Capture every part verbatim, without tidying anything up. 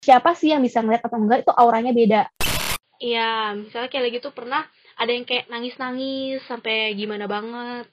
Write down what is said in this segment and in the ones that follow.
siapa sih yang bisa ngeliat atau enggak, itu auranya beda. Iya, misalnya kayak lagi tuh pernah ada yang kayak nangis-nangis sampai gimana banget.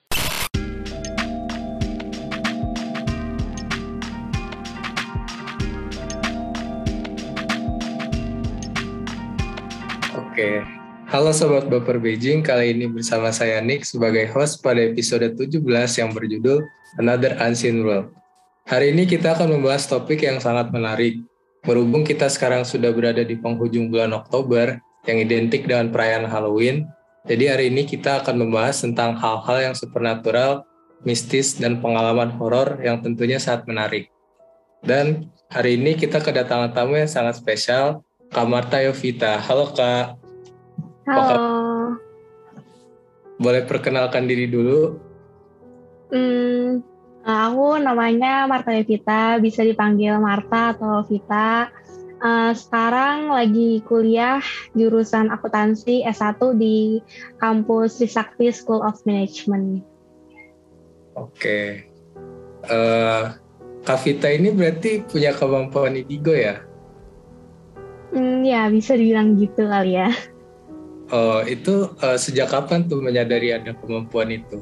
Oke, halo Sobat Baper Beijing, kali ini bersama saya Nick sebagai host pada episode tujuh belas yang berjudul Another Unseen World. Hari ini kita akan membahas topik yang sangat menarik. Berhubung kita sekarang sudah berada di penghujung bulan Oktober yang identik dengan perayaan Halloween, jadi hari ini kita akan membahas tentang hal-hal yang supernatural, mistis, dan pengalaman horor yang tentunya sangat menarik. Dan hari ini kita kedatangan tamu yang sangat spesial, Kak Marta Yovita. Halo Kak. Halo. Boleh perkenalkan diri dulu? Hmm, aku namanya Marta Yovita, bisa dipanggil Marta atau Vita. Uh, sekarang lagi kuliah jurusan akuntansi S satu di kampus Trisakti School of Management. Oke. Uh, Kak Vita ini berarti punya kemampuan indigo ya? Hmm, ya, bisa dibilang gitu kali ya. Oh, itu uh, sejak kapan tuh menyadari ada kemampuan itu?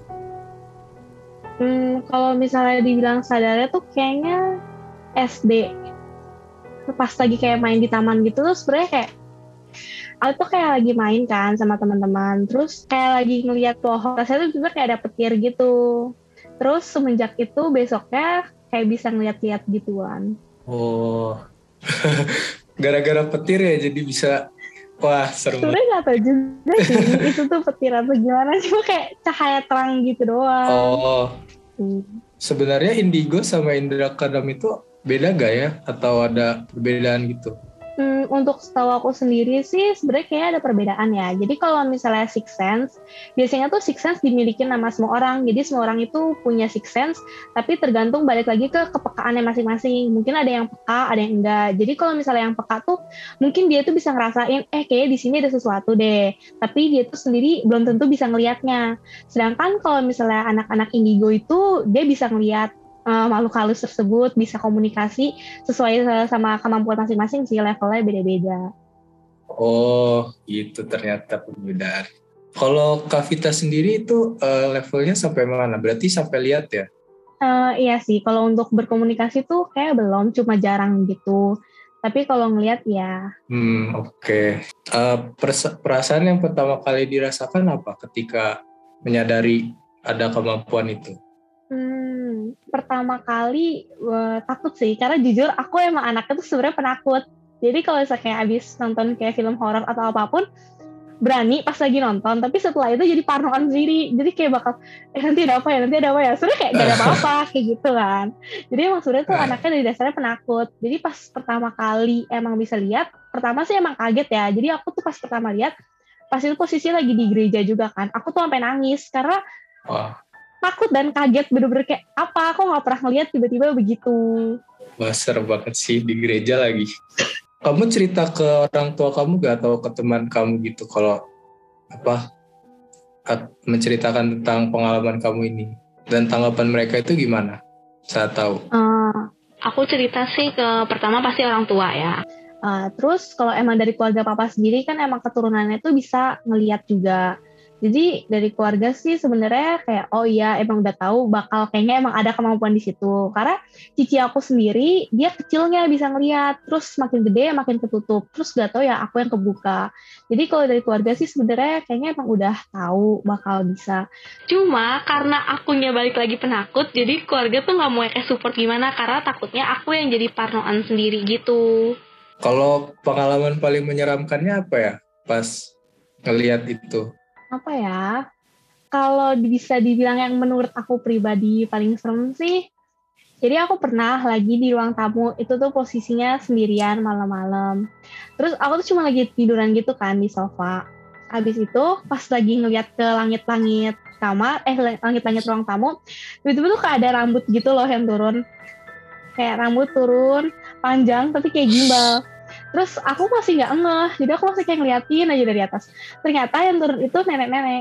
Hmm, kalau misalnya dibilang sadarnya tuh kayaknya S D. Pas lagi kayak main di taman gitu, terus sebenarnya kayak aku tuh kayak lagi main kan sama teman-teman. Terus kayak lagi ngeliat pohon, rasanya tuh juga kayak ada petir gitu. Terus semenjak itu besoknya kayak bisa ngeliat-liat gituan. Oh, gara-gara petir ya jadi bisa. Wah, serem. Sebenarnya nggak tahu juga sih itu tuh petir atau gimana, cuma kayak cahaya terang gitu doang. Oh, hmm. Sebenarnya indigo sama indra keenam itu beda gak ya? Atau ada perbedaan gitu? Hmm, untuk setahu aku sendiri sih sebenarnya kayak ada perbedaan ya. Jadi kalau misalnya six sense, biasanya tuh six sense dimiliki sama semua orang. Jadi semua orang itu punya six sense, tapi tergantung balik lagi ke kepekaannya masing-masing. Mungkin ada yang peka, ada yang enggak. Jadi kalau misalnya yang peka tuh mungkin dia tuh bisa ngerasain, eh kayaknya di sini ada sesuatu deh. Tapi dia tuh sendiri belum tentu bisa ngelihatnya. Sedangkan kalau misalnya anak-anak indigo itu dia bisa ngelihat Uh, makhluk halus tersebut, bisa komunikasi sesuai sama kemampuan masing-masing sih, levelnya beda-beda. Oh, gitu ternyata perbedaan. Kalau Kak Vita sendiri itu uh, levelnya sampai mana? Berarti sampai lihat ya? Uh, iya sih, kalau untuk berkomunikasi tuh kayak belum, cuma jarang gitu. Tapi kalau ngelihat ya. Hmm, oke. Okay. Uh, perasaan yang pertama kali dirasakan apa ketika menyadari ada kemampuan itu? Hmm, pertama kali uh, takut sih, karena jujur aku emang anaknya tuh sebenarnya penakut. Jadi kalau misalnya kayak abis nonton kayak film horor atau apapun, berani pas lagi nonton, tapi setelah itu jadi parnoan sendiri. Jadi kayak bakal, eh nanti ada apa ya, nanti ada apa ya. Sebenarnya kayak gak ada apa-apa, kayak gitu kan. Jadi emang sebenarnya tuh anaknya dari dasarnya penakut. Jadi pas pertama kali emang bisa lihat, pertama sih emang kaget ya. Jadi aku tuh pas pertama lihat, pas itu posisi lagi di gereja juga kan. Aku tuh sampai nangis, karena Wah. takut dan kaget, bener-bener kayak apa, aku gak pernah ngeliat tiba-tiba begitu. Wah, serem banget sih di gereja lagi. Kamu cerita ke orang tua kamu gak atau ke teman kamu gitu kalau apa menceritakan tentang pengalaman kamu ini, dan tanggapan mereka itu gimana saat tahu? Uh, aku cerita sih ke pertama pasti orang tua ya. Uh, terus kalau emang dari keluarga papa sendiri kan emang keturunannya tuh bisa ngelihat juga. Jadi dari keluarga sih sebenarnya kayak oh iya emang udah tahu bakal kayaknya emang ada kemampuan di situ. Karena cici aku sendiri dia kecilnya bisa ngelihat, terus makin gede makin ketutup. Terus gak tahu ya aku yang kebuka. Jadi kalau dari keluarga sih sebenarnya kayaknya emang udah tahu bakal bisa. Cuma karena akunya balik lagi penakut, jadi keluarga tuh nggak mau kayak support gimana karena takutnya aku yang jadi parnoan sendiri gitu. Kalau pengalaman paling menyeramkannya apa ya pas ngelihat itu? Apa ya, kalau bisa dibilang yang menurut aku pribadi paling serem sih, jadi aku pernah lagi di ruang tamu, itu tuh posisinya sendirian malam-malam. Terus aku tuh cuma lagi tiduran gitu kan di sofa. Habis itu pas lagi ngeliat ke langit-langit kamar, eh langit-langit ruang tamu, tiba-tiba tuh kayak ada rambut gitu loh yang turun. Kayak rambut turun, panjang tapi kayak gimbal. Terus aku masih nggak ngeh, jadi aku masih kayak ngeliatin aja dari atas. Ternyata yang turun itu nenek-nenek.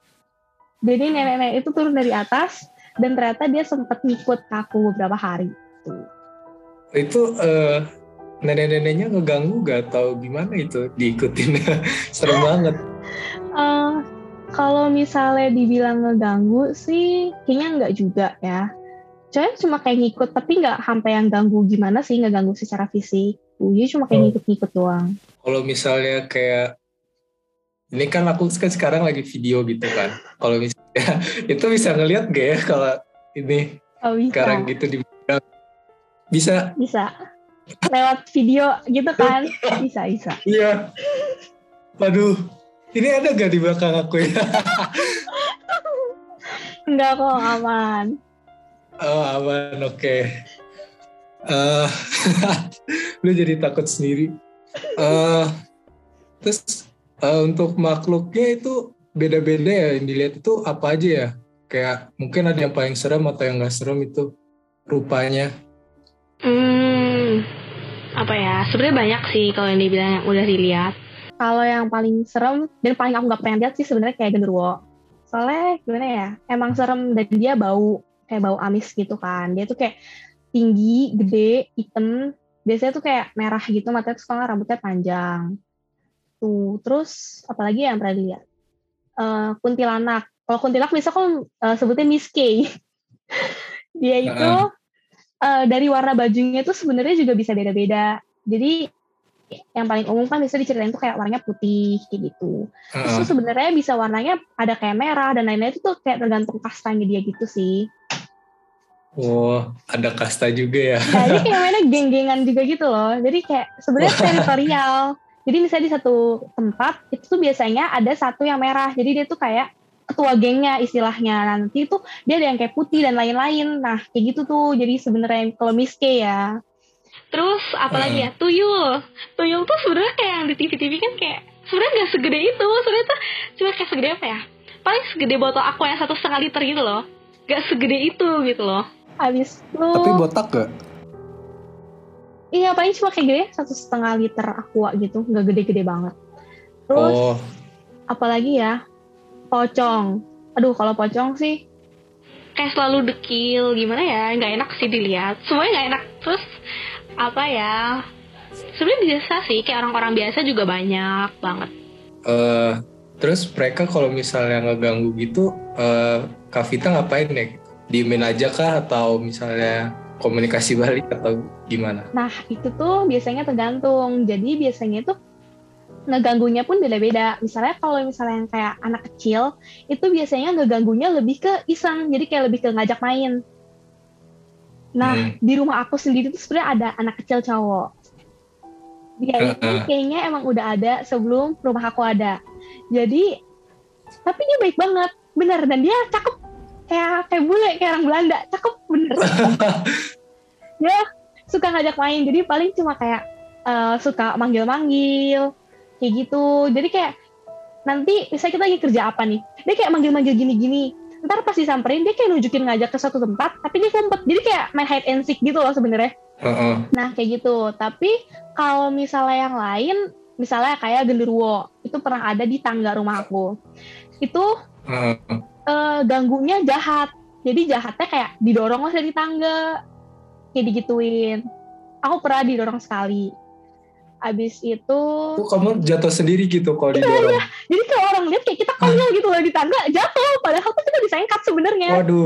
Jadi nenek-nenek itu turun dari atas, dan ternyata dia sempat ngikut aku beberapa hari. Itu uh, nenek-neneknya ngeganggu gak atau gimana itu diikutin? Serem banget. Uh, kalau misalnya dibilang ngeganggu sih, kayaknya enggak juga ya. Soalnya cuma kayak ngikut, tapi nggak sampai yang ganggu gimana sih, nggak ganggu secara fisik. Dia cuma kayak Oh. ngikut-ngikut doang. Kalau misalnya kayak ini kan aku kan sekarang lagi video gitu kan. Kalau misalnya itu bisa ngelihat gak ya kalau ini Oh, bisa. sekarang gitu di bisa. Bisa. Lewat video gitu kan. Bisa, bisa. Iya. Waduh. Ini ada gak di belakang aku ya? Enggak kok, aman. Oh aman, oke. Okay. Uh, lu jadi takut sendiri. Uh, terus uh, untuk makhluknya itu beda-beda ya, yang dilihat itu apa aja ya? Kayak mungkin ada yang paling serem atau yang gak serem itu rupanya. Hmm, apa ya? Sebenarnya banyak sih kalau yang dibilang yang udah dilihat. Kalau yang paling serem dan paling aku nggak pernah lihat sih sebenarnya kayak genderuwo. Soalnya gimana ya? Emang serem dan dia bau kayak bau amis gitu kan. Dia tuh kayak tinggi, gede, hitam. Biasanya tuh kayak merah gitu, matanya tuh sekarang rambutnya panjang. Tuh, terus apalagi yang pernah dilihat? Uh, kuntilanak. Kalau kuntilanak bisa kan uh, sebutnya Miss K. Dia itu uh-uh. uh, dari warna bajunya tuh sebenarnya juga bisa beda-beda. Jadi yang paling umum kan bisa diceritain tuh kayak warnanya putih kayak gitu. Uh-uh. Terus tuh sebenarnya bisa warnanya ada kayak merah dan lain-lain itu tuh kayak tergantung kastanya dia gitu sih. Oh, ada kasta juga ya. Ya, jadi kayak mainnya geng-gengan juga gitu loh. Jadi kayak sebenarnya teritorial. Jadi misalnya di satu tempat itu tuh biasanya ada satu yang merah. Jadi dia tuh kayak ketua gengnya istilahnya. Nanti tuh dia ada yang kayak putih dan lain-lain. Nah, kayak gitu tuh. Jadi sebenarnya kalau Miss K ya. Terus apalagi hmm. ya, tuyul. Tuyul tuh sebenarnya kayak yang di T V-T V kan kayak sebenarnya nggak segede itu. Sebenarnya tuh cuma kayak segede apa ya? Paling segede botol aqua yang satu setengah liter gitu loh. Gak segede itu gitu loh. Abis itu tapi botak gak? Iya paling cuma kayak gede satu setengah liter aqua gitu, nggak gede-gede banget. Terus oh. apalagi ya, pocong. Aduh kalau pocong sih kayak selalu dekil, gimana ya, nggak enak sih dilihat. Semuanya nggak enak. Terus apa ya? Sebenarnya biasa sih, kayak orang-orang biasa juga banyak banget. Uh, terus mereka kalau misalnya ngeganggu gitu, uh, Kak Vita ngapain ya? Diemin aja kah atau misalnya komunikasi balik atau gimana? Nah itu tuh biasanya tergantung. Jadi biasanya tuh ngeganggunya pun beda-beda. Misalnya kalau misalnya yang kayak anak kecil itu biasanya ngeganggunya lebih ke iseng. Jadi kayak lebih ke ngajak main. Nah hmm. di rumah aku sendiri tuh sebenarnya ada anak kecil cowok. Dia ini kayaknya emang udah ada sebelum rumah aku ada. Jadi tapi dia baik banget, bener, dan dia cakep. Kayak kayak bule, kayak orang Belanda, cakep bener. Dia suka ngajak main, jadi paling cuma kayak uh, suka manggil-manggil, kayak gitu. Jadi kayak nanti misalnya kita lagi kerja apa nih, dia kayak manggil-manggil gini-gini. Ntar pas disamperin dia kayak nunjukin ngajak ke suatu tempat, tapi dia ngumpet. Jadi kayak main hide and seek gitu loh sebenarnya. Uh-uh. Nah kayak gitu. Tapi kalau misalnya yang lain, misalnya kayak genderuwo, itu pernah ada di tangga rumah aku. Itu uh-uh. Uh, ganggunya jahat. Jadi jahatnya kayak didorong lah dari tangga. Kayak digituin. Aku pernah didorong sekali. Abis itu oh, kamu jatuh sendiri gitu kalau didorong? Iya, jadi kalau orang lihat kayak kita konyol gitu loh di tangga, jatuh. Padahal tuh kita disengkat sebenarnya. Waduh.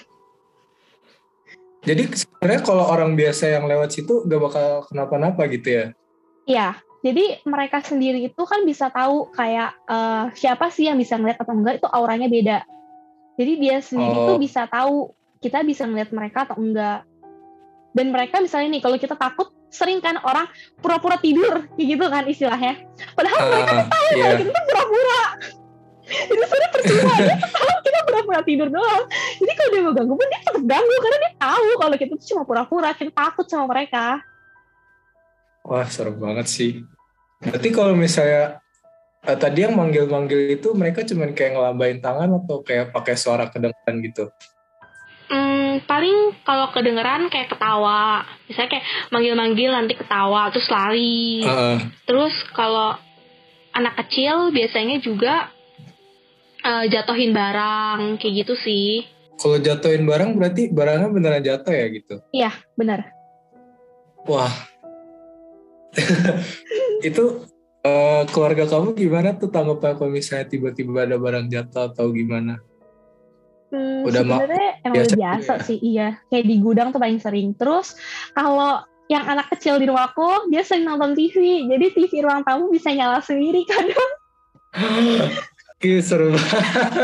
Jadi sebenarnya kalau orang biasa yang lewat situ gak bakal kenapa-napa gitu ya? Iya. Jadi mereka sendiri itu kan bisa tahu kayak uh, siapa sih yang bisa ngeliat atau enggak, itu auranya beda. Jadi dia sendiri oh. tuh bisa tahu kita bisa ngeliat mereka atau enggak. Dan mereka misalnya nih, kalau kita takut, sering kan orang pura-pura tidur, kayak gitu kan istilahnya. Padahal uh, mereka tuh tahu yeah. kalau kita tuh pura-pura. Jadi sebenarnya percuma, dia tuh tahu kita pura-pura tidur doang. Jadi kalau dia mau ganggu pun dia tetap ganggu, karena dia tahu kalau kita tuh cuma pura-pura, kita takut sama mereka. Wah serem banget sih. Berarti kalau misalnya Uh, tadi yang manggil-manggil itu mereka cuman kayak ngelambain tangan atau kayak pakai suara kedengeran gitu? Hmm, paling kalau kedengeran kayak ketawa. Misalnya kayak manggil-manggil nanti ketawa terus lari. Uh. Terus kalau anak kecil biasanya juga uh, jatuhin barang kayak gitu sih. Kalau jatuhin barang berarti barangnya beneran jatuh ya gitu? Iya, benar. Wah. Itu uh, keluarga kamu gimana tuh tanggapan kalau misalnya tiba-tiba ada barang jatuh atau gimana? Hmm, Udah sebenarnya emang biasa, biasa ya? Sih, iya. Kayak di gudang tuh paling sering. Terus kalau yang anak kecil di rumahku, dia sering nonton T V. Jadi T V ruang tamu bisa nyala sendiri kadang. Oke, seru banget.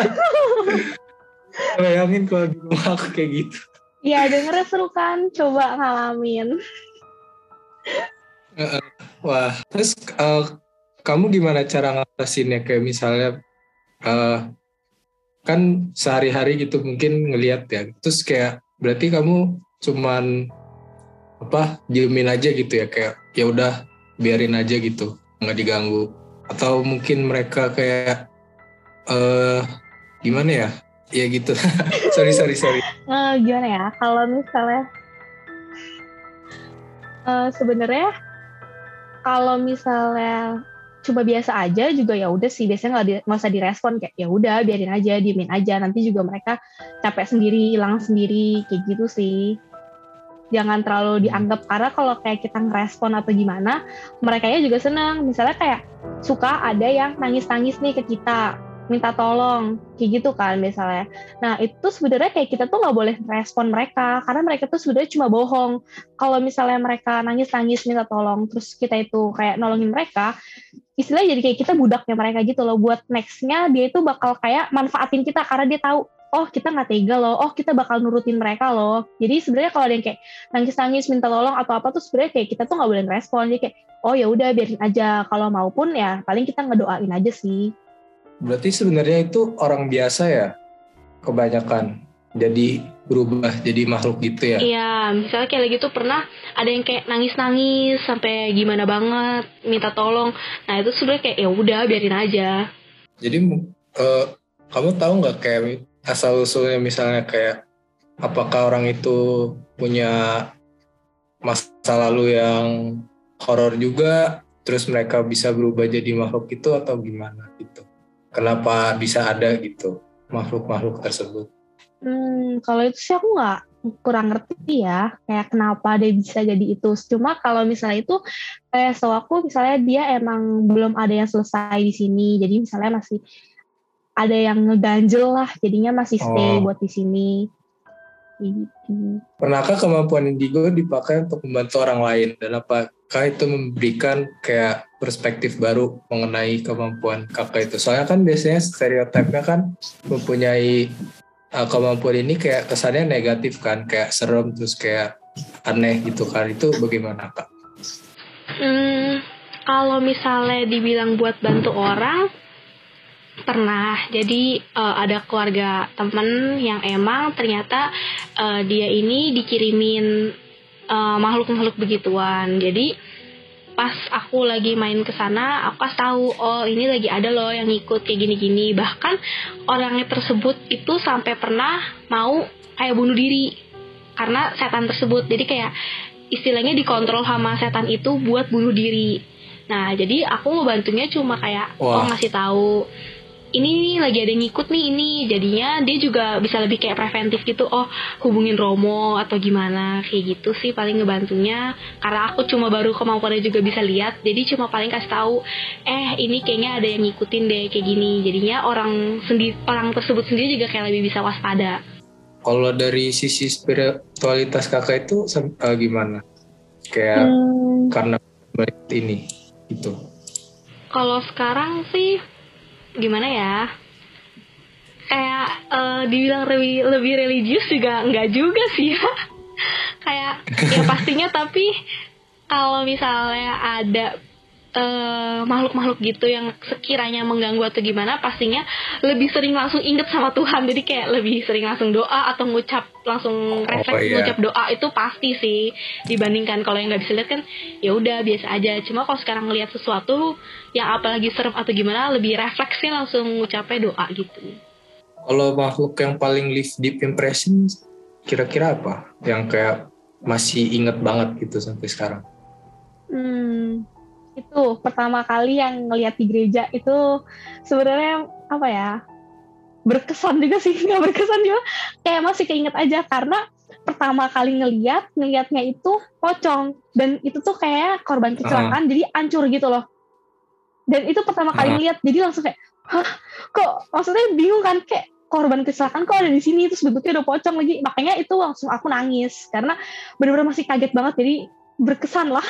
Bayangin kalau di rumah aku kayak gitu. Iya, dengernya seru kan? Coba ngalamin. Uh, wah, terus uh, kamu gimana cara ngatasinnya? Kayak misalnya, uh, kan sehari-hari gitu mungkin ngelihat ya. Terus kayak berarti kamu cuman apa diemin aja gitu ya, kayak ya udah biarin aja gitu, nggak diganggu. Atau mungkin mereka kayak uh, gimana ya? Ya gitu. sorry sorry sorry. Uh, gimana ya? Kalau misalnya uh, sebenarnya kalau misalnya cuma biasa aja juga ya udah sih, biasanya nggak di, nggak usah direspon, kayak ya udah biarin aja, diemin aja, nanti juga mereka capek sendiri, hilang sendiri, kayak gitu sih. Jangan terlalu dianggap, karena kalau kayak kita ngerespon atau gimana, mereka ya juga senang. Misalnya kayak suka ada yang nangis-nangis nih ke kita, minta tolong, kayak gitu kan misalnya. Nah itu sebenarnya kayak kita tuh nggak boleh respon mereka, karena mereka tuh sebenarnya cuma bohong. Kalau misalnya mereka nangis-nangis minta tolong, terus kita itu kayak nolongin mereka, istilahnya jadi kayak kita budaknya mereka gitu loh. Buat nextnya dia itu bakal kayak manfaatin kita, karena dia tahu, oh kita nggak tega loh, oh kita bakal nurutin mereka loh. Jadi sebenarnya kalau ada yang kayak nangis-nangis minta tolong atau apa tuh sebenarnya kayak kita tuh nggak boleh respon. Jadi kayak oh ya udah biarin aja. Kalau mau pun ya paling kita ngedoain aja sih. Berarti sebenarnya itu orang biasa ya, kebanyakan jadi berubah jadi makhluk gitu ya? Iya, misalnya kayak lagi tuh pernah ada yang kayak nangis-nangis sampai gimana banget minta tolong. Nah itu sebenarnya kayak ya udah biarin aja. Jadi uh, kamu tahu nggak kayak asal usulnya misalnya kayak apakah orang itu punya masa lalu yang horor juga, terus mereka bisa berubah jadi makhluk itu atau gimana gitu? Kenapa bisa ada gitu makhluk-makhluk tersebut? Hmm, kalau itu sih aku nggak kurang ngerti ya, kayak kenapa dia bisa jadi itu. Cuma kalau misalnya itu kayak setahu aku misalnya dia emang belum ada yang selesai di sini, jadi misalnya masih ada yang ngeganjel lah, jadinya masih stay oh. buat di sini. Gitu. Pernahkah kemampuan indigo dipakai untuk membantu orang lain, dan apakah itu memberikan kayak perspektif baru mengenai kemampuan kakak itu? Soalnya kan biasanya stereotipnya kan mempunyai uh, kemampuan ini kayak kesannya negatif kan, kayak serem terus kayak aneh gitu kan. Itu bagaimana kak? Hmm, kalau misalnya dibilang buat bantu orang, pernah. Jadi uh, ada keluarga temen yang emang ternyata uh, dia ini dikirimin uh, makhluk-makhluk begituan. Jadi pas aku lagi main ke sana, aku kasih tahu, oh ini lagi ada loh yang ngikut kayak gini-gini. Bahkan orangnya tersebut itu sampai pernah mau kayak bunuh diri karena setan tersebut. Jadi kayak istilahnya dikontrol sama setan itu buat bunuh diri. Nah jadi aku ngebantunya cuma kayak Wah. oh ngasih tahu, ini lagi ada yang ngikut nih ini, jadinya dia juga bisa lebih kayak preventif gitu, oh hubungin Romo atau gimana, kayak gitu sih paling ngebantunya. Karena aku cuma baru kemampuannya juga bisa lihat, jadi cuma paling kasih tahu, eh ini kayaknya ada yang ngikutin deh kayak gini, jadinya orang sendiri, orang tersebut sendiri juga kayak lebih bisa waspada. Kalau dari sisi spiritualitas kakak itu uh, gimana? Kayak hmm. karena melihat ini gitu. Kalau sekarang sih gimana ya, kayak uh, dibilang lebih, lebih religius juga enggak juga sih ya. Kayak ya pastinya, tapi kalau misalnya ada uh, makhluk-makhluk gitu yang sekiranya mengganggu atau gimana, pastinya lebih sering langsung inget sama Tuhan. Jadi kayak lebih sering langsung doa atau ngucap, langsung refleks oh, iya. ngucap doa, itu pasti sih. Dibandingkan kalau yang nggak bisa lihat kan ya udah biasa aja. Cuma kalau sekarang ngelihat sesuatu yang apalagi serem atau gimana, lebih refleksnya langsung ngucapnya doa gitu. Kalau makhluk yang paling leave deep impression kira-kira apa? Yang kayak masih inget banget gitu sampai sekarang? Hmm, itu pertama kali yang ngelihat di gereja itu sebenarnya apa ya, berkesan juga sih, nggak berkesan juga, kayak masih keinget aja. Karena pertama kali ngeliat, ngeliatnya itu pocong. Dan itu tuh kayak korban kecelakaan, uh. jadi hancur gitu loh. Dan itu pertama uh. kali ngeliat, jadi langsung kayak, hah, kok maksudnya bingung kan, kayak korban kecelakaan kok ada di sini, terus bentuknya udah pocong lagi. Makanya itu langsung aku nangis, karena benar-benar masih kaget banget, jadi berkesan lah.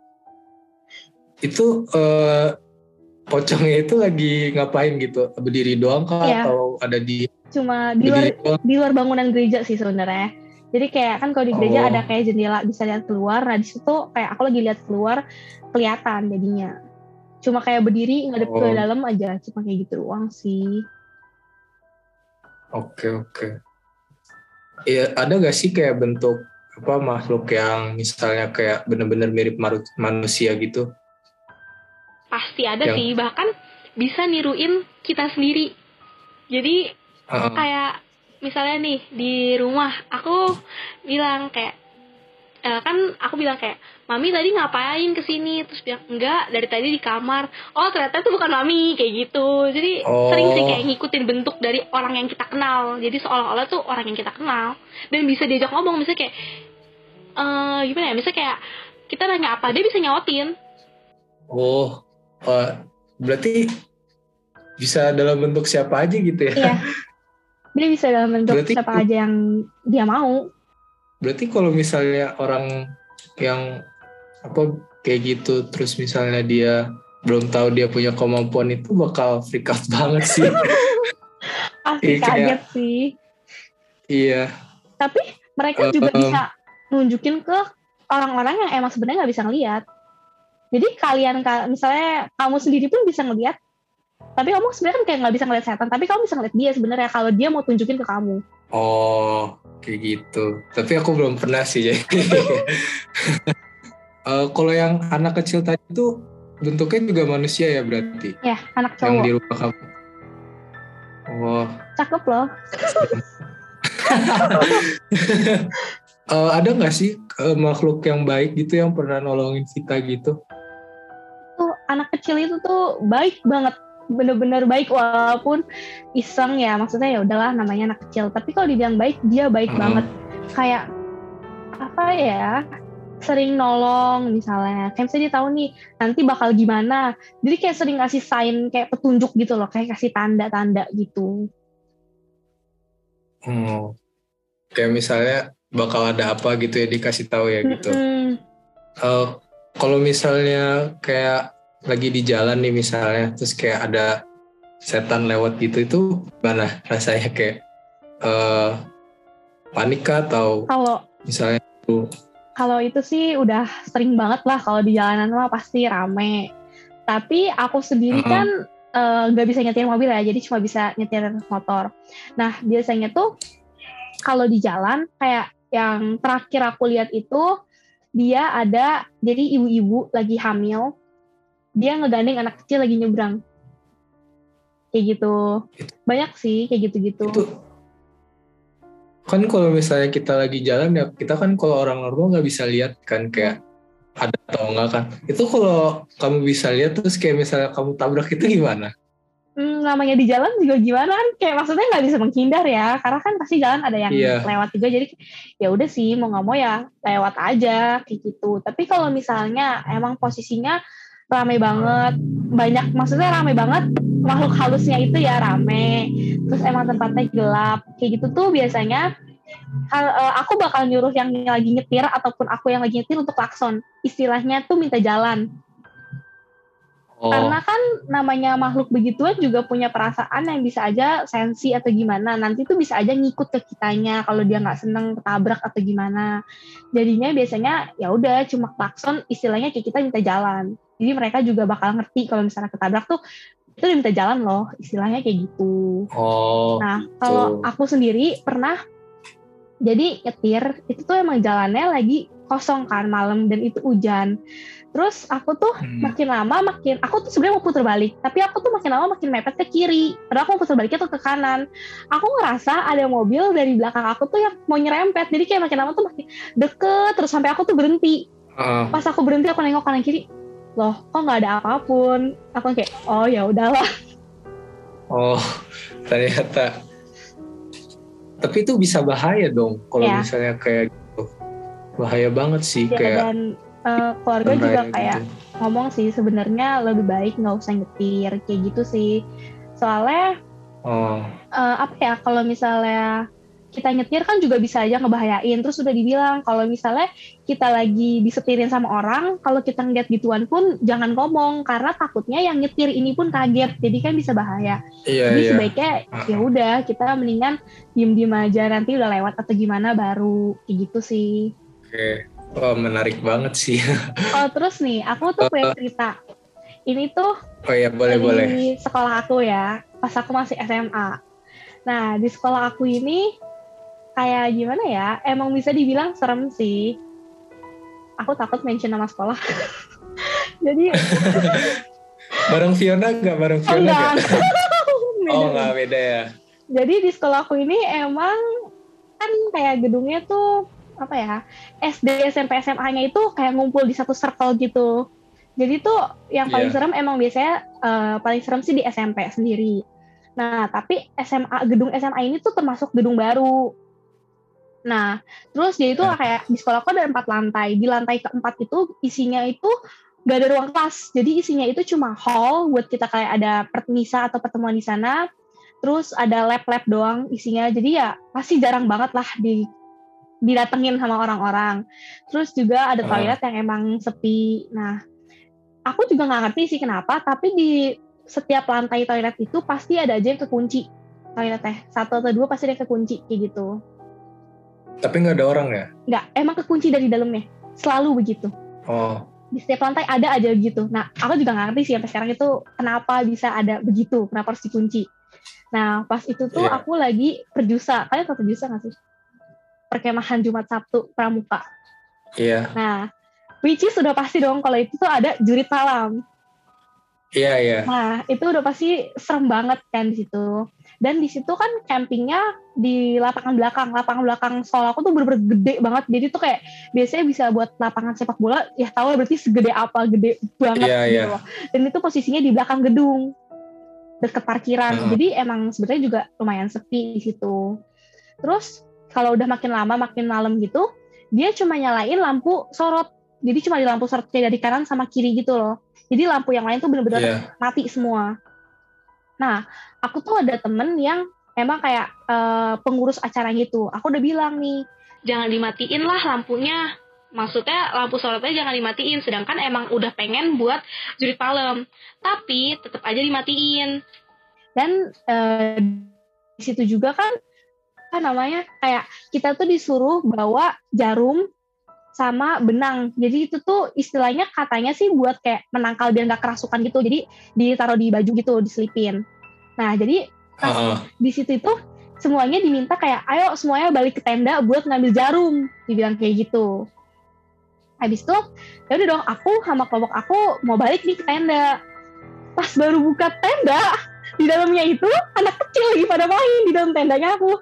Itu uh, pocongnya itu lagi ngapain gitu? Berdiri doang kah yeah. atau ada di cuma di luar doang? Di luar bangunan gereja sih sebenarnya. Jadi kayak kan kalau di gereja oh. ada kayak jendela bisa lihat keluar. Nah di situ kayak aku lagi lihat keluar kelihatan jadinya. Cuma kayak berdiri ngadep oh. ke dalam aja, cuma kayak gitu doang sih. Oke oke. Iya, ada gak sih kayak bentuk apa makhluk yang misalnya kayak benar-benar mirip manusia gitu? Pasti ada yang... sih, bahkan bisa niruin kita sendiri. Jadi uh-uh. kayak misalnya nih di rumah aku bilang kayak e, kan aku bilang kayak mami tadi ngapain kesini, terus bilang enggak dari tadi di kamar. Oh ternyata itu bukan mami, kayak gitu. Jadi oh. sering sih kayak ngikutin bentuk dari orang yang kita kenal. Jadi seolah-olah tuh orang yang kita kenal dan bisa diajak ngomong. Misalnya kayak e, gimana ya, misalnya kayak kita nanya apa dia bisa nyautin. Oh uh, berarti bisa dalam bentuk siapa aja gitu ya? Iya. Dia bisa dalam bentuk berarti, siapa aja yang dia mau. Berarti kalau misalnya orang yang apa kayak gitu, terus misalnya dia belum tahu dia punya kemampuan itu, bakal freak out banget sih. Pasti kaget kayak, sih. Iya. Tapi mereka uh, juga um, bisa nunjukin ke orang-orang yang emang sebenarnya nggak bisa ngelihat. Jadi kalian misalnya kamu sendiri pun bisa ngelihat. Tapi kamu sebenarnya kan kayak nggak bisa ngeliat setan, tapi kamu bisa ngeliat dia sebenarnya kalau dia mau tunjukin ke kamu. Oh, kayak gitu. Tapi aku belum pernah sih jadi. uh, kalau yang anak kecil tadi itu bentuknya juga manusia ya berarti? Ya, anak cowok. Yang di rumah kamu. Oh. Cakep loh. uh, ada nggak sih uh, makhluk yang baik gitu yang pernah nolongin kita gitu? Tuh anak kecil itu tuh baik banget. Bener-bener baik walaupun iseng ya, maksudnya ya udahlah namanya anak kecil, tapi kalau dibilang baik dia baik uh-huh. banget, kayak apa ya, sering nolong misalnya, kayak misalnya dia tahu nih nanti bakal gimana, jadi kayak sering ngasih sign kayak petunjuk gitu loh, kayak kasih tanda-tanda gitu. Hmm. Kayak misalnya bakal ada apa gitu ya dikasih tahu ya gitu. Mm-hmm. Uh, kalau misalnya kayak lagi di jalan nih misalnya, terus kayak ada setan lewat gitu, itu gimana rasanya, kayak uh, panik kah atau kalau misalnya itu? Kalau itu sih udah sering banget lah, kalau di jalanan mah pasti rame. Tapi aku sendiri uh-huh. kan nggak uh, bisa nyetir mobil ya, jadi cuma bisa nyetir motor. Nah biasanya tuh kalau di jalan kayak yang terakhir aku lihat itu, dia ada, jadi ibu-ibu lagi hamil, dia ngegandeng anak kecil lagi nyebrang. Kayak gitu. Banyak sih kayak gitu-gitu. Itu kan kalau misalnya kita lagi jalan ya, kita kan kalau orang normal nggak bisa lihat kan kayak ada atau enggak kan. Itu kalau kamu bisa lihat terus kayak misalnya kamu tabrak itu gimana? Hmm, namanya di jalan juga gimana kan, kayak maksudnya nggak bisa menghindar ya, karena kan pasti jalan ada yang yeah. lewat juga, jadi ya udah sih mau nggak mau ya lewat aja kayak gitu. Tapi kalau misalnya emang posisinya rame banget, banyak, maksudnya rame banget, makhluk halusnya itu ya rame, terus emang tempatnya gelap, kayak gitu tuh biasanya hal, uh, aku bakal nyuruh yang lagi nyetir ataupun aku yang lagi nyetir untuk klakson, istilahnya tuh minta jalan. Oh. Karena kan namanya makhluk begituan juga punya perasaan yang bisa aja sensi atau gimana, nanti tuh bisa aja ngikut ke kitanya kalau dia nggak seneng ketabrak atau gimana. Jadinya biasanya ya udah cuma klakson, istilahnya kayak kita minta jalan. Jadi mereka juga bakal ngerti kalau misalnya ketabrak tuh itu udah minta jalan loh, istilahnya kayak gitu. Oh. Nah kalau aku sendiri pernah jadi nyetir, itu tuh emang jalannya lagi kosong kan malam dan itu hujan. Terus aku tuh hmm. makin lama makin, aku tuh sebenarnya mau putar balik, tapi aku tuh makin lama makin mepet ke kiri. Padahal aku mau putar baliknya tuh ke kanan. Aku ngerasa ada mobil dari belakang aku tuh yang mau nyerempet. Jadi kayak makin lama tuh makin deket, terus sampai aku tuh berhenti. Uh. Pas aku berhenti aku nengok kanan kiri, loh kok nggak ada apapun. Aku kayak oh ya udahlah. Oh ternyata Tapi itu bisa bahaya dong kalau ya. misalnya kayak gitu. Bahaya banget sih ya, kayak. Dan uh, keluarga juga kayak gitu. Ngomong sih sebenarnya lebih baik nggak usah nyetir kayak gitu sih. Soalnya oh. uh, apa ya kalau misalnya kita nyetir kan juga bisa aja ngebahayain. Terus udah dibilang kalau misalnya kita lagi disetirin sama orang, kalau kita ngeliat gituan pun jangan ngomong karena takutnya yang nyetir ini pun kaget, jadi kan bisa bahaya. Iya, jadi iya. Sebaiknya uh-huh. ya udah kita mendingan diem-diem aja, nanti udah lewat atau gimana baru kayak gitu sih. Oke, oh menarik banget sih. Oh terus nih, aku tuh punya cerita. Ini tuh oh iya boleh dari boleh. sekolah aku ya, pas aku masih S M A. Nah di sekolah aku ini kayak gimana ya, emang bisa dibilang serem sih. Aku takut mention nama sekolah. Jadi bareng Fiona nggak? Bareng Fiona nggak? Oh nggak, beda ya. Jadi di sekolah aku ini emang kan kayak gedungnya tuh apa ya, S D, S M P, S M A-nya itu kayak ngumpul di satu circle gitu. Jadi tuh yang paling yeah. serem emang biasanya uh, paling serem sih di S M P sendiri. Nah tapi S M A, gedung S M A ini tuh termasuk gedung baru. Nah, terus dia itu kayak di sekolahku ada empat lantai. Di lantai keempat itu isinya itu gak ada ruang kelas. Jadi isinya itu cuma hall buat kita kayak ada permisa atau pertemuan di sana. Terus ada lab-lab doang isinya. Jadi ya pasti jarang banget lah di didatengin sama orang-orang. Terus juga ada toilet yang emang sepi. Nah, aku juga gak ngerti sih kenapa. Tapi di setiap lantai toilet itu pasti ada aja yang kekunci toiletnya. Satu atau dua pasti ada yang kekunci kayak gitu. Tapi nggak ada orang ya? Nggak, emang kekunci dari dalamnya. Selalu begitu. Oh. Di setiap lantai ada aja gitu. Nah, aku juga nggak ngerti sih sampai sekarang itu kenapa bisa ada begitu, kenapa harus dikunci. Nah, pas itu tuh yeah. aku lagi perjusa. Kalian tahu perjusa nggak sih? Perkemahan Jumat Sabtu Pramuka. Iya. Yeah. Nah, which is sudah pasti dong kalau itu tuh ada jurit malam. Iya, yeah, iya. Yeah. Nah, itu udah pasti serem banget kan di situ. Dan di situ kan campingnya di lapangan belakang. Lapangan belakang sekolah aku tuh bener-bener gede banget. Jadi tuh kayak biasanya bisa buat lapangan sepak bola. Ya tahu lah berarti segede apa, gede banget yeah, gitu yeah. loh. Dan itu posisinya di belakang gedung, deket parkiran. Uh-huh. Jadi emang sebenarnya juga lumayan sepi di situ. Terus kalau udah makin lama, makin malam gitu, dia cuma nyalain lampu sorot. Jadi cuma di lampu sorot kayak dari kanan sama kiri gitu loh. Jadi lampu yang lain tuh bener-bener yeah. mati semua. Nah, aku tuh ada temen yang emang kayak uh, pengurus acara gitu. Aku udah bilang nih, jangan dimatiin lah lampunya. Maksudnya lampu sorotnya jangan dimatiin. Sedangkan emang udah pengen buat jurit malam. Tapi tetap aja dimatiin. Dan uh, di situ juga kan, apa namanya, kayak kita tuh disuruh bawa jarum sama benang. Jadi itu tuh istilahnya katanya sih buat kayak menangkal biar gak kerasukan gitu. Jadi ditaruh di baju gitu, diselipin. Nah, jadi pas uh-uh. di situ itu semuanya diminta kayak ayo semuanya balik ke tenda buat ngambil jarum. Dibilang kayak gitu. Habis itu, ya udah dong aku sama kelompok aku mau balik nih ke tenda. Pas baru buka tenda, di dalamnya itu anak kecil lagi pada main di dalam tendanya aku.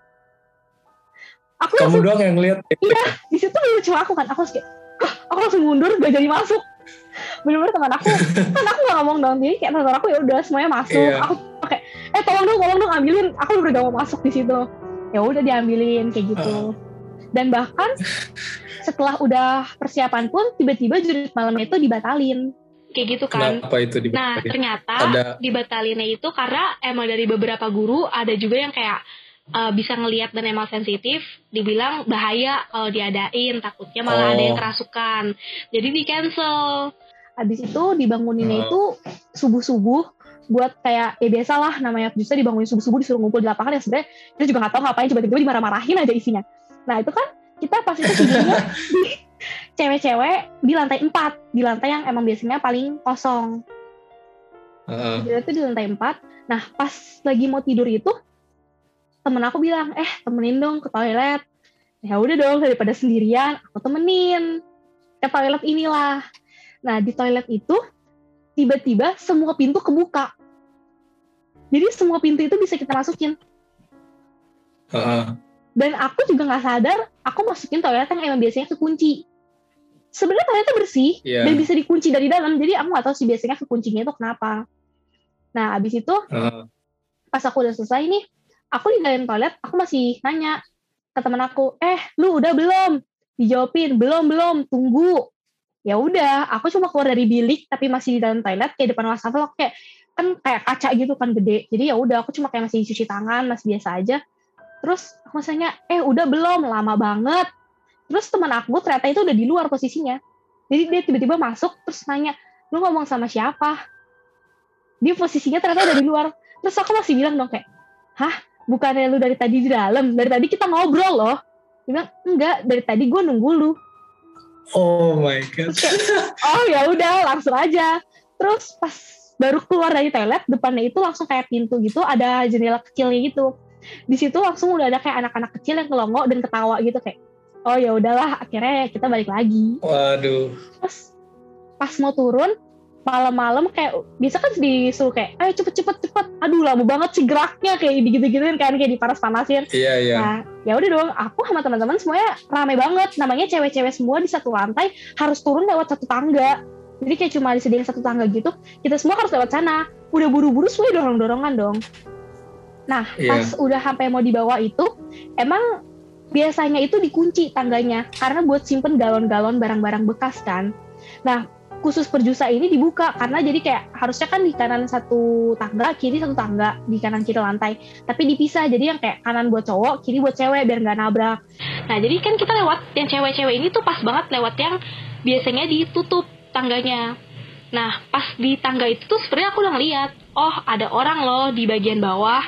Aku Kamu langsung, doang yang lihat. Iya, di situ cuma aku kan. Aku langsung kayak, aku langsung mundur, gak jadi masuk. Bener-bener teman aku, kan aku gak ngomong dong. Jadi kayak teman aku ya udah semuanya masuk. Iya. Aku kayak, eh tolong dong, tolong dong ambilin. Aku udah gak mau masuk di situ. Ya udah diambilin kayak gitu. Uh. Dan bahkan setelah udah persiapan pun tiba-tiba jurit malamnya itu dibatalin. Kayak gitu kan. Kenapa itu dibatalin? Nah ternyata ada... dibatalinnya itu karena emang dari beberapa guru ada juga yang kayak Uh, bisa ngelihat dan emang sensitif, dibilang bahaya kalau diadain, takutnya malah oh. ada yang kerasukan, jadi di cancel. Habis itu dibanguninnya uh. itu subuh-subuh buat kayak ya biasalah namanya bisa dibangunin subuh-subuh disuruh ngumpul di lapangan ya sebenarnya kita juga nggak tahu ngapain, tiba-tiba dimarah-marahin aja isinya. Nah itu kan kita pas itu tidurnya di cewek-cewek di lantai empat, di lantai yang emang biasanya paling kosong. Uh. Jadi itu di lantai empat. Nah pas lagi mau tidur itu temen aku bilang, eh temenin dong ke toilet. Ya udah dong, daripada sendirian, aku temenin ke toilet inilah. Nah di toilet itu tiba-tiba semua pintu kebuka. Jadi semua pintu itu bisa kita masukin. Uh-uh. Dan aku juga nggak sadar, aku masukin toilet yang emang biasanya kekunci. Sebenarnya toiletnya bersih yeah. dan bisa dikunci dari dalam. Jadi aku nggak tahu sih biasanya kekuncinya itu kenapa. Nah abis itu uh. pas aku udah selesai nih. aku di dalam toilet, aku masih nanya ke teman aku, eh lu udah belum? Dijawabin, belum belum, tunggu. Ya udah, aku cuma keluar dari bilik tapi masih di dalam toilet kayak depan wastafel, kayak kan kayak kaca gitu kan gede. Jadi ya udah, aku cuma kayak masih cuci tangan, masih biasa aja. Terus aku nanya, eh udah belum? Lama banget. Terus teman aku ternyata itu udah di luar posisinya. Jadi dia tiba-tiba masuk terus nanya, lu ngomong sama siapa? Dia posisinya ternyata udah di luar. Terus aku masih bilang dong kayak, hah? Bukannya lu dari tadi di dalam? Dari tadi kita ngobrol loh. Dia bilang, enggak, dari tadi gue nunggu lu. Oh my god. Kayak, oh ya udah, langsung aja. Terus pas baru keluar dari toilet, depannya itu langsung kayak pintu gitu, ada jendela kecilnya gitu. Di situ langsung udah ada kayak anak-anak kecil yang kelongo dan ketawa gitu kayak, oh ya udahlah, akhirnya kita balik lagi. Waduh. Terus pas mau turun malam-malam kayak biasa kan disuruh kayak ayo cepet-cepet cepet, aduh lama banget sih geraknya kayak gitu-gituin kan, kayak dipanas-panasin. Iya iya. Nah ya udah dong, aku sama teman-teman semuanya rame banget, namanya cewek-cewek semua di satu lantai harus turun lewat satu tangga, jadi kayak cuma disediain satu tangga gitu, kita semua harus lewat sana, udah buru-buru semua dorong-dorongan dong. Nah yeah. Pas udah sampai mau dibawa itu emang biasanya itu dikunci tangganya karena buat simpen galon-galon barang-barang bekas kan. Nah khusus perjusa ini dibuka karena jadi kayak harusnya kan di kanan satu tangga, kiri satu tangga, di kanan kiri lantai, tapi dipisah, jadi yang kayak kanan buat cowok, kiri buat cewek biar nggak nabrak. Nah jadi kan kita lewat yang cewek-cewek ini tuh pas banget lewat yang biasanya ditutup tangganya. Nah pas di tangga itu tuh sebenarnya aku udah ngeliat, oh ada orang loh di bagian bawah.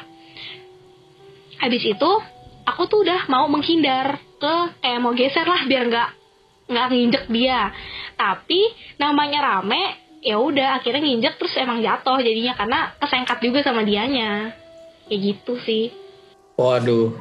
Habis itu aku tuh udah mau menghindar ke kayak mau geser lah biar nggak nggak nginjek dia, tapi namanya rame, ya udah akhirnya nginjek terus emang jatuh jadinya karena kesengkat juga sama dianya, kayak gitu sih. Waduh,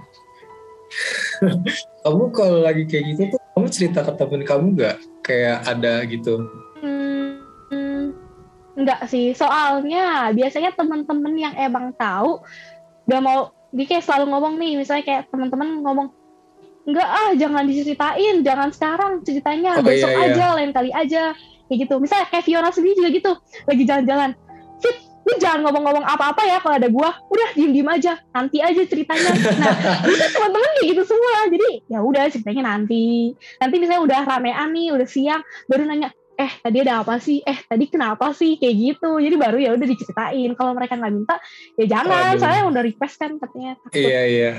kamu kalau lagi kayak gitu tuh kamu cerita ke temen kamu nggak kayak ada gitu? Hmm, hmm, nggak sih, soalnya biasanya teman-teman yang emang tahu gak mau, dia kayak selalu ngomong nih, misalnya kayak teman-teman ngomong, enggak ah jangan diceritain, jangan sekarang ceritanya, oh, besok iya, aja, iya. lain kali aja, kayak gitu. Misalnya kayak Fiona sendiri juga gitu, lagi jalan-jalan, Fit, lu jangan ngomong-ngomong apa-apa ya kalau ada gua, udah diem-diem aja, nanti aja ceritanya. Nah, itu teman-teman kayak gitu semua, jadi ya udah ceritanya nanti, nanti misalnya udah ramean nih, udah siang, baru nanya, eh tadi ada apa sih, eh tadi kenapa sih, kayak gitu. Jadi baru ya udah diceritain. Kalau mereka nggak minta, ya jangan, Aduh. Saya udah request kan katanya. Takut. Iya iya.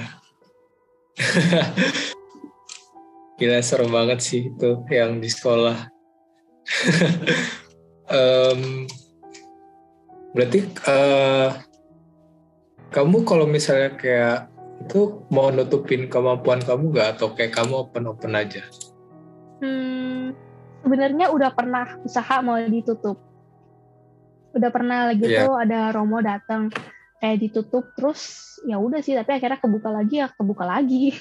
Gila seru banget sih itu yang di sekolah. um, berarti uh, kamu kalau misalnya kayak itu mau nutupin kemampuan kamu gak atau kayak kamu open-open aja? Hmm, sebenarnya udah pernah usaha mau ditutup. Udah pernah lagi yeah. tuh ada Romo datang kayak ditutup terus ya udah sih, tapi akhirnya kebuka lagi ya kebuka lagi.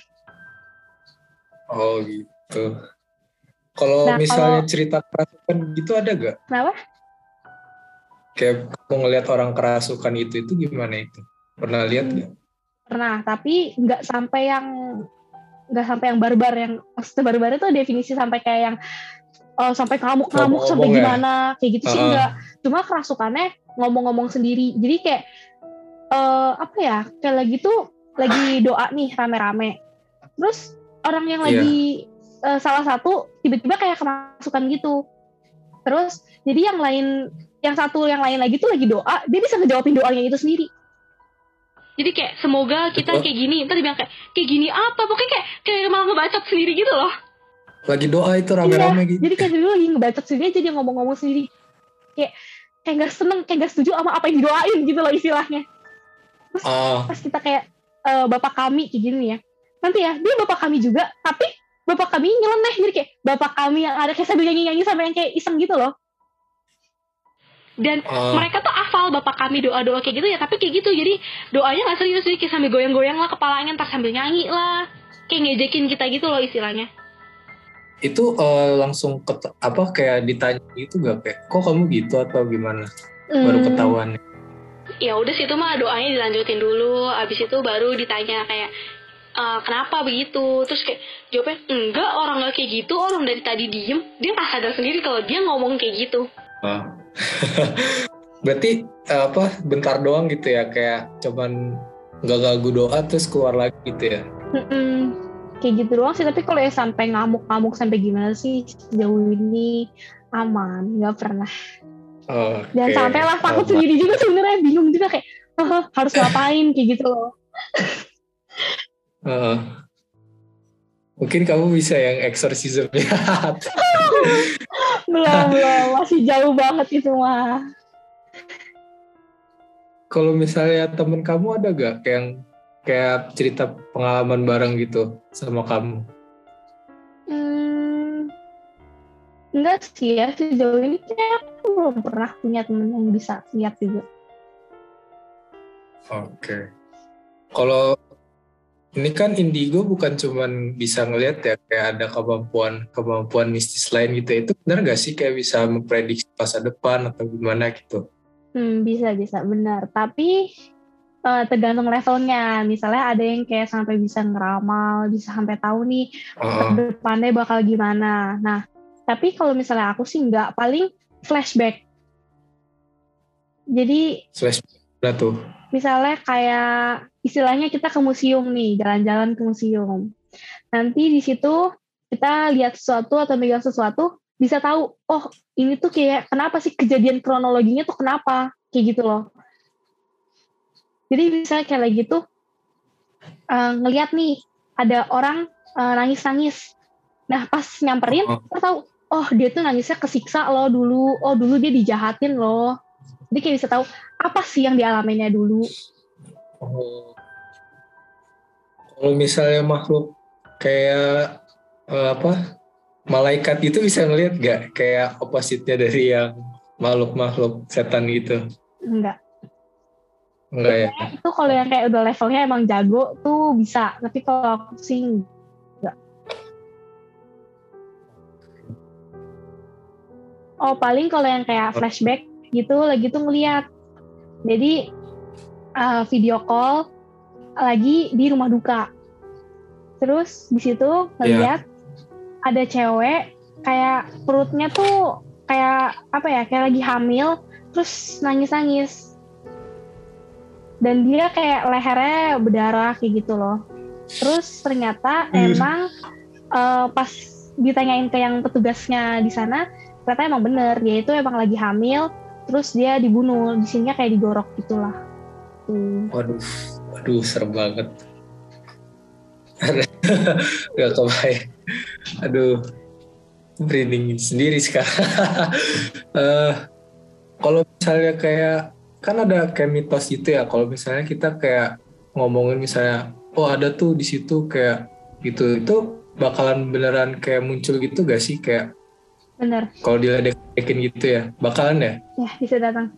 Oh gitu. Kalau nah, misalnya kalau... cerita kerasukan gitu ada gak? Kenapa? Kayak kamu ngelihat orang kerasukan itu itu gimana itu? Pernah lihat hmm, gak? Pernah, tapi nggak sampai yang nggak sampai yang barbar, yang maksudnya barbar itu definisi sampai kayak yang oh, sampai ngamuk-ngamuk sampai ya? Gimana kayak gitu uh-uh. sih enggak. Cuma kerasukannya ngomong-ngomong sendiri. Jadi kayak uh, apa ya? Kayak lagi tuh lagi doa nih rame-rame. Terus orang yang lagi yeah. uh, salah satu tiba-tiba kayak kemasukan gitu. Terus jadi yang lain, yang satu yang lain lagi tuh lagi doa, dia bisa ngejawabin doanya itu sendiri. Jadi kayak semoga kita kayak gini, ntar dibilang kayak kayak gini apa, pokoknya kayak kayak malah ngebacot sendiri gitu loh. Lagi doa itu rame-rame iya, gitu. Jadi kayak dulu lagi ngebacot sendiri aja, dia ngomong-ngomong sendiri. Kayak kayak nggak seneng, kayak nggak setuju sama apa yang didoain gitu loh istilahnya. Terus uh. pas kita kayak uh, Bapak kami kayak gini ya. Nanti ya, dia Bapak kami juga, tapi Bapak kami nyeleneh, jadi kayak Bapak kami yang ada kayak sambil nyanyi-nyanyi sampai yang kayak iseng gitu loh. Dan uh. mereka tuh hafal Bapak kami doa-doa kayak gitu ya, tapi kayak gitu, jadi doanya gak serius, jadi kayak sambil goyang-goyang lah kepalanya, ntar sambil nyanyi lah, kayak ngejekin kita gitu loh istilahnya. Itu uh, langsung ket, apa kayak ditanya gitu gak kayak, kok kamu gitu atau gimana? Hmm. Baru ketahuan. Ya udah sih itu mah doanya dilanjutin dulu, abis itu baru ditanya kayak, Uh, kenapa begitu, terus kayak jawabnya enggak, orang nggak kayak gitu, orang dari tadi diem, dia nggak sadar sendiri kalau dia ngomong kayak gitu. Ah. Berarti uh, apa bentar doang gitu ya, kayak cuman nggak ganggu doa terus keluar lagi gitu ya. Mm-mm. Kayak gitu doang sih, tapi kalau ya sampai ngamuk-ngamuk sampai gimana sih sejauh ini aman, nggak pernah. Oh, Dan okay. sampai lah takut oh, sendiri juga sebenarnya, bingung juga kayak oh, harus ngapain kayak gitu loh. uh, mungkin kamu bisa yang exorcism ya. belum belum masih jauh banget itu mah. Kalau misalnya temen kamu ada gak yang kayak cerita pengalaman bareng gitu sama kamu? Hmm, enggak sih ya, sejauh ini kayak aku belum pernah punya temen yang bisa lihat juga. Oke. Okay. Kalau ini kan indigo bukan cuman bisa ngelihat ya, kayak ada kemampuan kemampuan mistis lain gitu. Itu benar gak sih kayak bisa memprediksi masa depan atau gimana gitu? Hmm, bisa bisa benar. Tapi uh, tergantung levelnya. Misalnya ada yang kayak sampai bisa ngeramal, bisa sampai tahu nih uh. depannya bakal gimana. Nah, tapi kalau misalnya aku sih nggak, paling flashback. Jadi flashback tuh. Misalnya kayak istilahnya kita ke museum nih, jalan-jalan ke museum. Nanti di situ kita lihat sesuatu atau megang sesuatu, bisa tahu, oh ini tuh kayak kenapa sih kejadian kronologinya tuh kenapa, kayak gitu loh. Jadi bisa kayak lagi gitu, uh, ngelihat nih ada orang uh, nangis-nangis. Nah pas nyamperin, oh. kita tahu, oh dia tuh nangisnya kesiksa loh dulu, oh dulu dia dijahatin loh. Jadi kayak bisa tahu apa sih yang dialaminya dulu. Oh. Kalau misalnya makhluk kayak uh, apa malaikat itu bisa ngelihat gak kayak opposite-nya dari yang makhluk-makhluk setan gitu? Enggak. Enggak ya? Itu kalau yang kayak udah levelnya emang jago tuh bisa, tapi kalau aku sih enggak. Oh paling kalau yang kayak flashback gitu lagi tuh ngeliat. Jadi uh, video call lagi di rumah duka. Terus di situ ngeliat yeah. ada cewek kayak perutnya tuh kayak apa ya, kayak lagi hamil, terus nangis-nangis. Dan dia kayak lehernya berdarah kayak gitu loh. Terus ternyata emang uh, pas ditanyain ke yang petugasnya di sana, ternyata emang bener, dia itu emang lagi hamil, terus dia dibunuh, di sininya kayak digorok gitulah. Hmm. Waduh, waduh serem banget. Gak kebayang. Aduh, merinding sendiri sekarang. uh, kalau misalnya kayak kan ada kayak mitos gitu ya, kalau misalnya kita kayak ngomongin misalnya oh ada tuh di situ kayak gitu, itu bakalan beneran kayak muncul gitu gak sih, kayak bener kalau diledekin gitu ya bakalan ya ya bisa datang.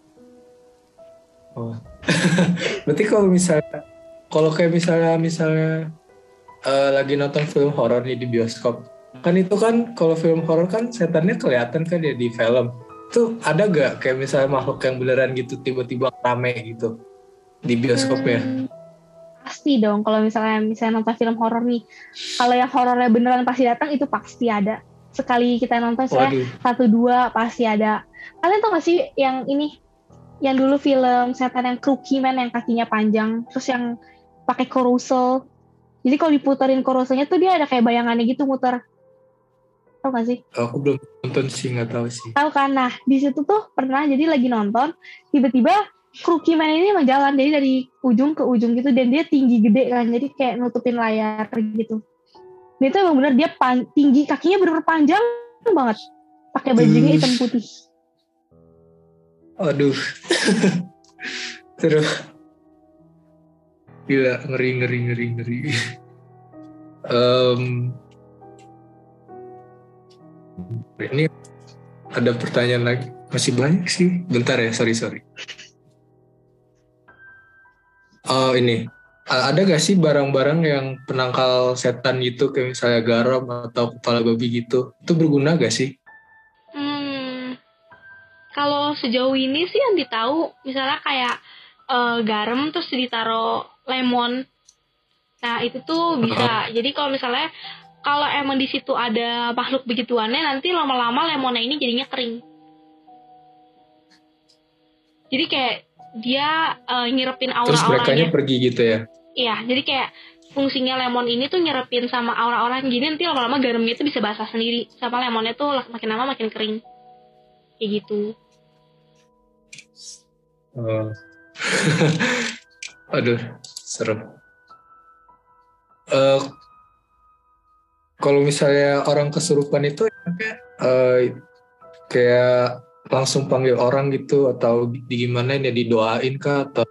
Oh berarti kalau misalnya kalau kayak misalnya misalnya uh, lagi nonton film horor nih di bioskop, kan itu kan kalau film horor kan setannya kelihatan kan ya di film. Tuh ada gak kayak misalnya makhluk yang beneran gitu tiba-tiba rame gitu di bioskopnya? Hmm, pasti dong kalau misalnya misalnya nonton film horor nih. Kalau yang horornya beneran pasti datang itu pasti ada. Sekali kita nonton saya satu dua pasti ada. Kalian tau gak sih yang ini, yang dulu film setan yang Crookyman yang kakinya panjang, terus yang pakai carousel. Jadi kalau diputerin carouselnya tuh dia ada kayak bayangannya gitu muter. Tahu gak sih? Aku belum nonton sih, nggak tahu sih. Tahu kan? Nah di situ tuh pernah jadi lagi nonton, tiba-tiba Crookyman ini emang jalan, jadi dari ujung ke ujung gitu, dan dia tinggi gede kan, jadi kayak nutupin layar gitu. Dia tuh emang bener dia pan- tinggi, kakinya bener-bener panjang banget, pakai bajunya hitam putih. Aduh, terus gila, ngeri ngeri ngeri ngeri. um, ini ada pertanyaan lagi, masih banyak sih. Bentar ya, sorry sorry. Oh ini, ada gak sih barang-barang yang penangkal setan gitu, kayak misalnya garam atau kepala babi gitu, itu berguna gak sih? Hmm, kalau sejauh ini sih yang ditahu, misalnya kayak uh, garam terus ditaruh lemon, nah itu tuh bisa. Uh-huh. Jadi kalau misalnya kalau emang di situ ada makhluk begituannya, nanti lama-lama lemonnya ini jadinya kering. Jadi kayak dia uh, nyerepin aura-auranya. Terus merekanya pergi gitu ya? Iya, jadi kayak fungsinya lemon ini tuh nyerepin sama aura-aura gini, nanti lama-lama garamnya itu bisa basah sendiri, sama lemonnya tuh makin lama makin kering. Kayak gitu. Oh. Aduh, serem. Uh, kalau misalnya orang kesurupan itu uh, kayak langsung panggil orang gitu atau di gimana ya, didoain kah atau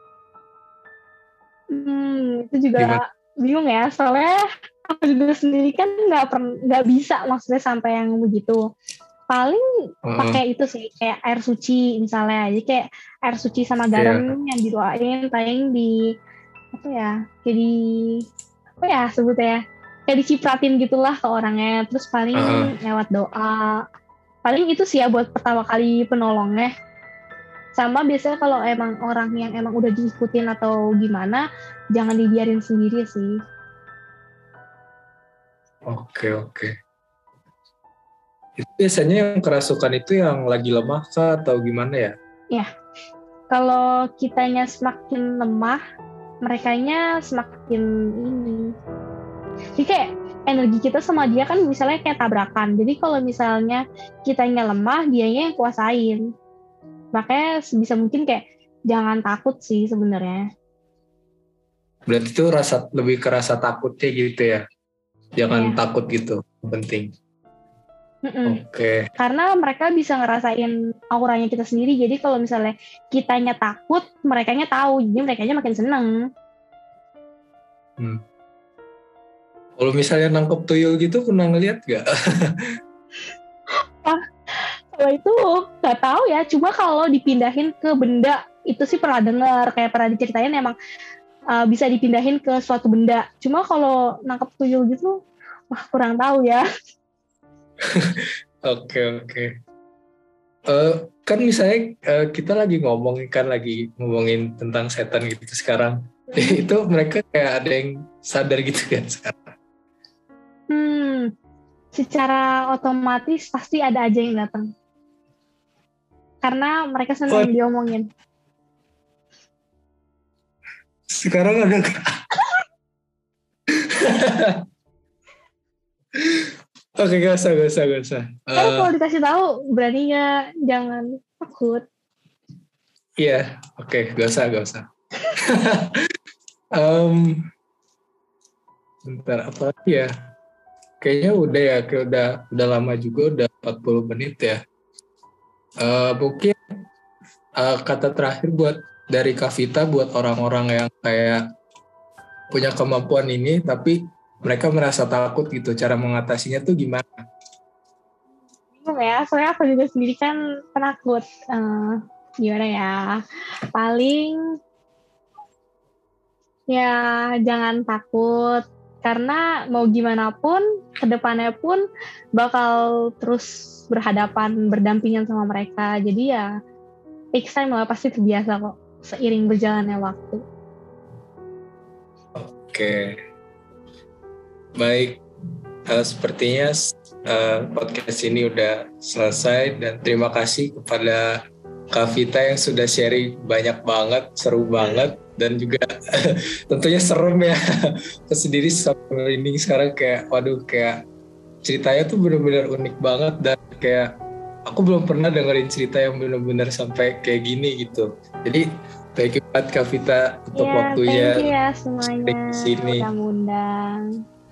hmm, itu juga gimana? Bingung ya, soalnya aku juga sendiri kan nggak nggak bisa maksudnya sampai yang begitu. Paling uh-uh. pakai itu sih kayak air suci misalnya, jadi kayak air suci sama garam yeah. yang didoain, paling di apa ya, kayak di apa ya sebutnya, kayak dicipratin gitulah ke orangnya, terus paling uh-uh. lewat doa. Paling itu sih ya buat pertama kali penolongnya. Sama biasanya kalau emang orang yang emang udah diikutin atau gimana, jangan dibiarin sendiri sih. Oke, oke. Itu biasanya yang kerasukan itu yang lagi lemah kah atau gimana ya? Ya, kalau kitanya semakin lemah, merekanya semakin ini. Jadi kayak energi kita sama dia kan misalnya kayak tabrakan. Jadi kalau misalnya kitanya lemah, dianya yang kuasain. Makanya sebisa mungkin kayak jangan takut sih sebenarnya. Berarti itu rasa lebih kerasa takutnya gitu ya. Jangan yeah. takut gitu, penting. Oke. Okay. Karena mereka bisa ngerasain auranya kita sendiri. Jadi kalau misalnya kitanya takut, merekanya tahu. Jadi merekanya makin seneng. Hmm. Kalau misalnya nangkep tuyul gitu pernah ngeliat gak? Ah, kalau itu gak tahu ya. Cuma kalau dipindahin ke benda itu sih pernah dengar. Kayak pernah diceritain emang uh, bisa dipindahin ke suatu benda. Cuma kalau nangkep tuyul gitu, wah kurang tahu ya. Oke oke. Uh, kan misalnya uh, kita lagi ngomong kan lagi ngomongin tentang setan gitu sekarang. Hmm. Itu mereka kayak ada yang sadar gitu kan sekarang. Hmm, secara otomatis pasti ada aja yang datang. Karena mereka senang oh. diomongin. Sekarang ada nggak? Oke, gak usah, gak usah, gak usah. Kan uh, kalau dikasih tahu, berani nggak? Jangan takut. Iya, oke, okay, gak usah, gak usah. um, bentar, apa lagi ya? Kayaknya udah ya, kayak udah udah lama juga, udah empat puluh menit ya. Uh, mungkin uh, kata terakhir buat dari Kak Vita buat orang-orang yang kayak punya kemampuan ini, tapi mereka merasa takut gitu, cara mengatasinya tuh gimana? Bingung ya, soalnya aku juga sendiri kan penakut. Uh, gimana ya? Paling ya jangan takut. Karena mau gimana pun, kedepannya pun bakal terus berhadapan, berdampingan sama mereka. Jadi ya, takes time lah, pasti terbiasa kok, seiring berjalannya waktu. Oke. Baik, uh, sepertinya uh, podcast ini udah selesai, dan terima kasih kepada Kak Vita yang sudah sharing banyak banget, seru banget. Dan juga tentunya serem ya. Aku sendiri sampai merinding sekarang kayak waduh, kayak ceritanya tuh benar-benar unik banget, dan kayak aku belum pernah dengerin cerita yang benar-benar sampai kayak gini gitu. Jadi thank you banget Kak Vita untuk ya, waktunya thank you ya semuanya di sini. Undang-undang.